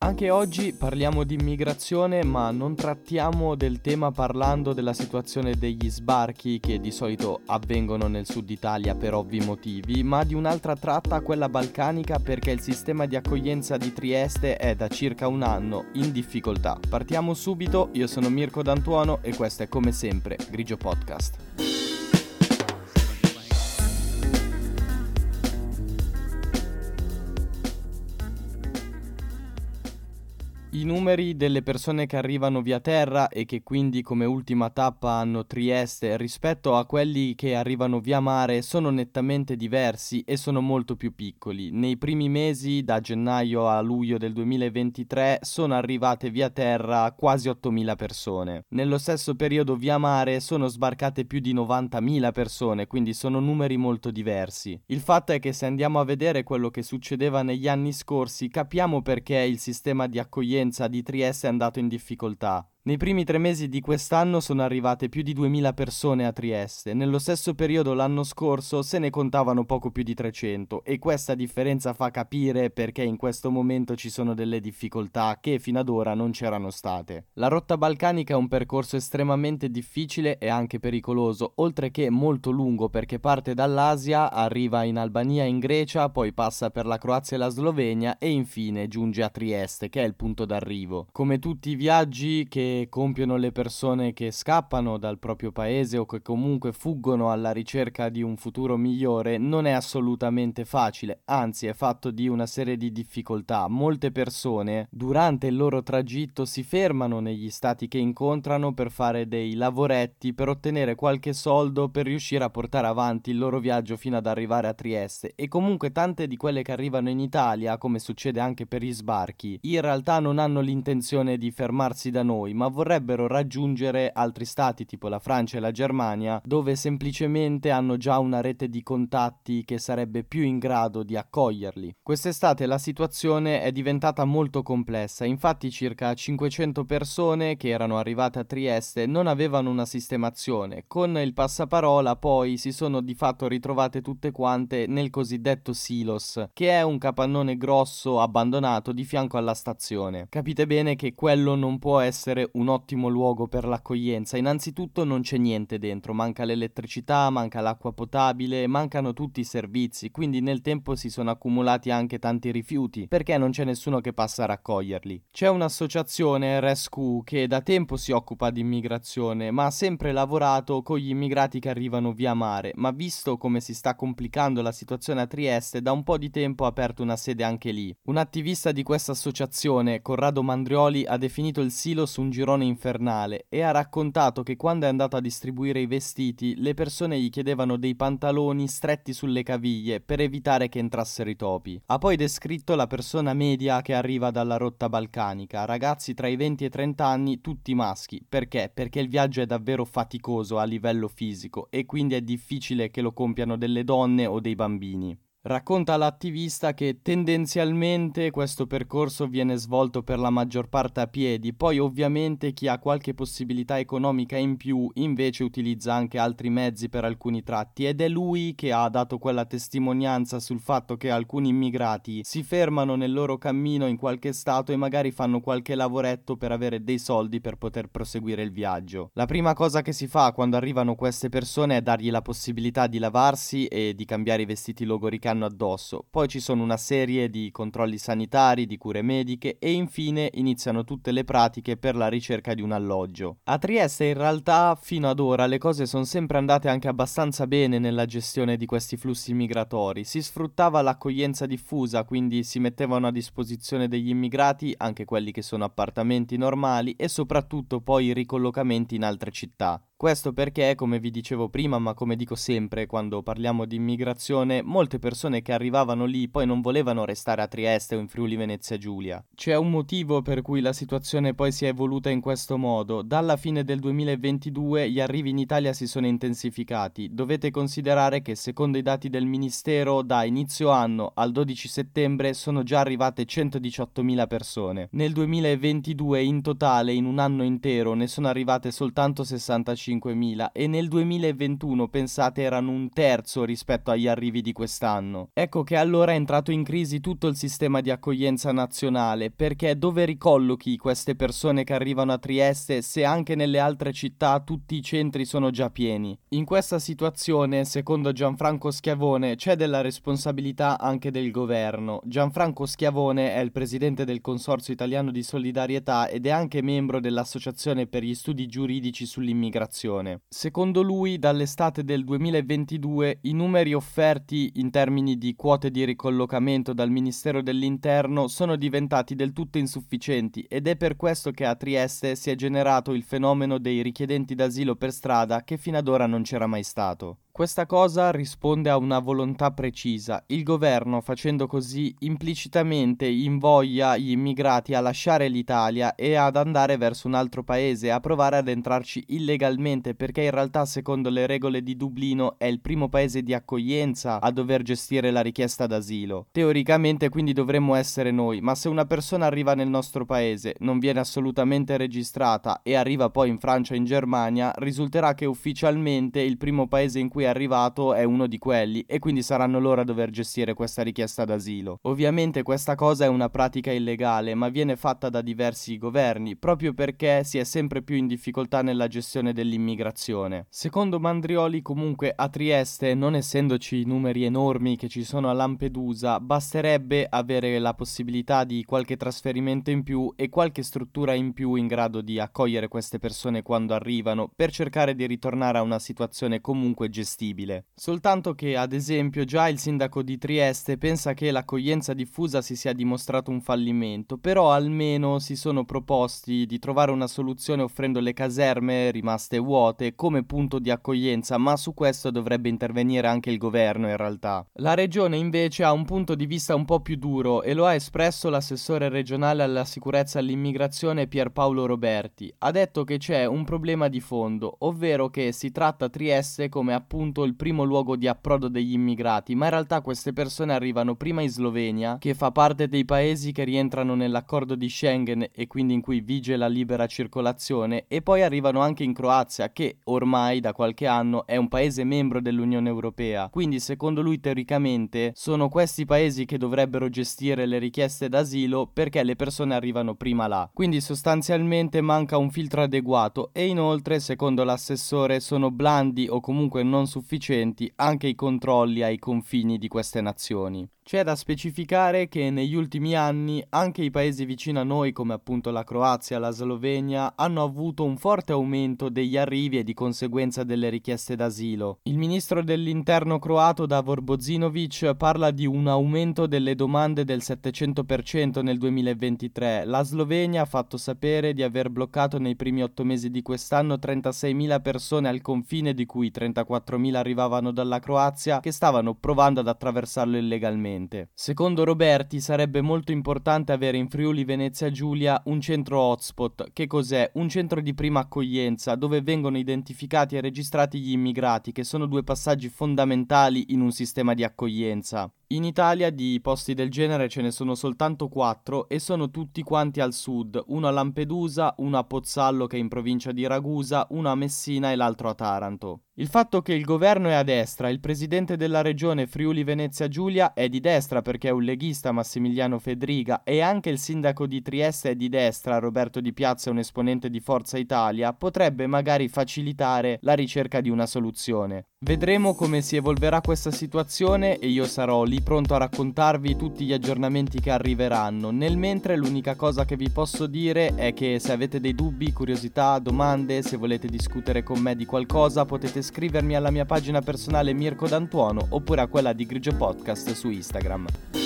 Anche oggi parliamo di immigrazione, ma non trattiamo del tema parlando della situazione degli sbarchi che di solito avvengono nel sud Italia per ovvi motivi, ma di un'altra tratta, quella balcanica, perché il sistema di accoglienza di Trieste è da circa un anno in difficoltà. Partiamo subito, io sono Mirko D'Antuono e questo è come sempre Grigio Podcast. I numeri delle persone che arrivano via terra e che quindi come ultima tappa hanno Trieste rispetto a quelli che arrivano via mare sono nettamente diversi e sono molto più piccoli. Nei primi mesi, da gennaio a luglio del 2023, sono arrivate via terra quasi 8.000 persone. Nello stesso periodo via mare sono sbarcate più di 90.000 persone, quindi sono numeri molto diversi. Il fatto è che se andiamo a vedere quello che succedeva negli anni scorsi, capiamo perché il sistema di accoglienza di Trieste è andato in difficoltà. Nei primi 3 mesi di quest'anno sono arrivate più di 2.000 persone a Trieste, nello stesso periodo l'anno scorso se ne contavano poco più di 300 e questa differenza fa capire perché in questo momento ci sono delle difficoltà che fino ad ora non c'erano state. La rotta balcanica è un percorso estremamente difficile e anche pericoloso, oltre che molto lungo perché parte dall'Asia, arriva in Albania e in Grecia, poi passa per la Croazia e la Slovenia e infine giunge a Trieste, che è il punto d'arrivo. Come tutti i viaggi che compiono le persone che scappano dal proprio paese o che comunque fuggono alla ricerca di un futuro migliore, non è assolutamente facile, anzi è fatto di una serie di difficoltà. Molte persone durante il loro tragitto si fermano negli stati che incontrano per fare dei lavoretti, per ottenere qualche soldo per riuscire a portare avanti il loro viaggio fino ad arrivare a Trieste, e comunque tante di quelle che arrivano in Italia, come succede anche per gli sbarchi, in realtà non hanno l'intenzione di fermarsi da noi, ma vorrebbero raggiungere altri stati tipo la Francia e la Germania, dove semplicemente hanno già una rete di contatti che sarebbe più in grado di accoglierli. Quest'estate la situazione è diventata molto complessa, infatti circa 500 persone che erano arrivate a Trieste non avevano una sistemazione. Con il passaparola poi si sono di fatto ritrovate tutte quante nel cosiddetto silos, che è un capannone grosso abbandonato di fianco alla stazione. Capite bene che quello non può essere un ottimo luogo per l'accoglienza. Innanzitutto non c'è niente dentro, manca l'elettricità, manca l'acqua potabile, mancano tutti i servizi, quindi nel tempo si sono accumulati anche tanti rifiuti, perché non c'è nessuno che passa a raccoglierli. C'è un'associazione, Rescue, che da tempo si occupa di immigrazione, ma ha sempre lavorato con gli immigrati che arrivano via mare, ma visto come si sta complicando la situazione a Trieste, da un po' di tempo ha aperto una sede anche lì. Un attivista di questa associazione, Corrado Mandrioli, ha definito il silos un girone infernale e ha raccontato che quando è andato a distribuire i vestiti le persone gli chiedevano dei pantaloni stretti sulle caviglie per evitare che entrassero i topi. Ha poi descritto la persona media che arriva dalla rotta balcanica, ragazzi tra i 20 e i 30 anni, tutti maschi. Perché? Perché il viaggio è davvero faticoso a livello fisico e quindi è difficile che lo compiano delle donne o dei bambini. Racconta l'attivista che tendenzialmente questo percorso viene svolto per la maggior parte a piedi, poi ovviamente chi ha qualche possibilità economica in più invece utilizza anche altri mezzi per alcuni tratti, ed è lui che ha dato quella testimonianza sul fatto che alcuni immigrati si fermano nel loro cammino in qualche stato e magari fanno qualche lavoretto per avere dei soldi per poter proseguire il viaggio. La prima cosa che si fa quando arrivano queste persone è dargli la possibilità di lavarsi e di cambiare i vestiti logori hanno addosso, poi ci sono una serie di controlli sanitari, di cure mediche e infine iniziano tutte le pratiche per la ricerca di un alloggio. A Trieste in realtà fino ad ora le cose sono sempre andate anche abbastanza bene nella gestione di questi flussi migratori, si sfruttava l'accoglienza diffusa, quindi si mettevano a disposizione degli immigrati anche quelli che sono appartamenti normali e soprattutto poi i ricollocamenti in altre città. Questo perché, come vi dicevo prima, ma come dico sempre quando parliamo di immigrazione, molte persone che arrivavano lì poi non volevano restare a Trieste o in Friuli Venezia Giulia. C'è un motivo per cui la situazione poi si è evoluta in questo modo. Dalla fine del 2022 gli arrivi in Italia si sono intensificati. Dovete considerare che secondo i dati del Ministero da inizio anno al 12 settembre sono già arrivate 118.000 persone. Nel 2022 in totale, in un anno intero, ne sono arrivate soltanto 65.000. 45.000 e nel 2021, pensate, erano un terzo rispetto agli arrivi di quest'anno. Ecco che allora è entrato in crisi tutto il sistema di accoglienza nazionale, perché dove ricollochi queste persone che arrivano a Trieste se anche nelle altre città tutti i centri sono già pieni? In questa situazione, secondo Gianfranco Schiavone, c'è della responsabilità anche del governo. Gianfranco Schiavone è il presidente del Consorzio Italiano di Solidarietà ed è anche membro dell'Associazione per gli Studi Giuridici sull'Immigrazione. Secondo lui, dall'estate del 2022 i numeri offerti in termini di quote di ricollocamento dal Ministero dell'Interno sono diventati del tutto insufficienti ed è per questo che a Trieste si è generato il fenomeno dei richiedenti d'asilo per strada che fino ad ora non c'era mai stato. Questa cosa risponde a una volontà precisa. Il governo, facendo così, implicitamente invoglia gli immigrati a lasciare l'Italia e ad andare verso un altro paese, a provare ad entrarci illegalmente, perché in realtà, secondo le regole di Dublino, è il primo paese di accoglienza a dover gestire la richiesta d'asilo. Teoricamente quindi dovremmo essere noi, ma se una persona arriva nel nostro paese, non viene assolutamente registrata e arriva poi in Francia o in Germania, risulterà che ufficialmente il primo paese in cui è arrivato è uno di quelli e quindi saranno loro a dover gestire questa richiesta d'asilo. Ovviamente questa cosa è una pratica illegale, ma viene fatta da diversi governi proprio perché si è sempre più in difficoltà nella gestione dell'immigrazione. Secondo Mandrioli, comunque, a Trieste, non essendoci i numeri enormi che ci sono a Lampedusa, basterebbe avere la possibilità di qualche trasferimento in più e qualche struttura in più in grado di accogliere queste persone quando arrivano, per cercare di ritornare a una situazione comunque gestibile. Soltanto che, ad esempio, già il sindaco di Trieste pensa che l'accoglienza diffusa si sia dimostrato un fallimento, però almeno si sono proposti di trovare una soluzione offrendo le caserme rimaste vuote come punto di accoglienza, ma su questo dovrebbe intervenire anche il governo in realtà. La regione invece ha un punto di vista un po' più duro e lo ha espresso l'assessore regionale alla sicurezza e all'immigrazione Pierpaolo Roberti. Ha detto che c'è un problema di fondo, ovvero che si tratta Trieste come appunto il primo luogo di approdo degli immigrati, ma in realtà queste persone arrivano prima in Slovenia, che fa parte dei paesi che rientrano nell'accordo di Schengen e quindi in cui vige la libera circolazione, e poi arrivano anche in Croazia, che ormai da qualche anno è un paese membro dell'Unione Europea. Quindi secondo lui teoricamente sono questi paesi che dovrebbero gestire le richieste d'asilo perché le persone arrivano prima là. Quindi sostanzialmente manca un filtro adeguato e inoltre, secondo l'assessore, sono blandi o comunque non sufficienti anche i controlli ai confini di queste nazioni. C'è da specificare che negli ultimi anni anche i paesi vicino a noi, come appunto la Croazia e la Slovenia, hanno avuto un forte aumento degli arrivi e di conseguenza delle richieste d'asilo. Il ministro dell'interno croato Davor Božinović parla di un aumento delle domande del 700% nel 2023. La Slovenia ha fatto sapere di aver bloccato nei primi 8 mesi di quest'anno 36.000 persone al confine, di cui 34.000 arrivavano dalla Croazia, che stavano provando ad attraversarlo illegalmente. Secondo Roberti sarebbe molto importante avere in Friuli Venezia Giulia un centro hotspot. Che cos'è? Un centro di prima accoglienza dove vengono identificati e registrati gli immigrati, che sono due passaggi fondamentali in un sistema di accoglienza. In Italia di posti del genere ce ne sono soltanto 4 e sono tutti quanti al sud, uno a Lampedusa, uno a Pozzallo che è in provincia di Ragusa, uno a Messina e l'altro a Taranto. Il fatto che il governo è a destra, il presidente della regione Friuli Venezia Giulia è di destra perché è un leghista, Massimiliano Fedriga, e anche il sindaco di Trieste è di destra, Roberto Di Piazza, un esponente di Forza Italia, potrebbe magari facilitare la ricerca di una soluzione. Vedremo come si evolverà questa situazione e io sarò lì pronto a raccontarvi tutti gli aggiornamenti che arriveranno. Nel mentre l'unica cosa che vi posso dire è che se avete dei dubbi, curiosità, domande, se volete discutere con me di qualcosa, potete scrivermi alla mia pagina personale Mirko D'Antuono oppure a quella di Grigio Podcast su Instagram.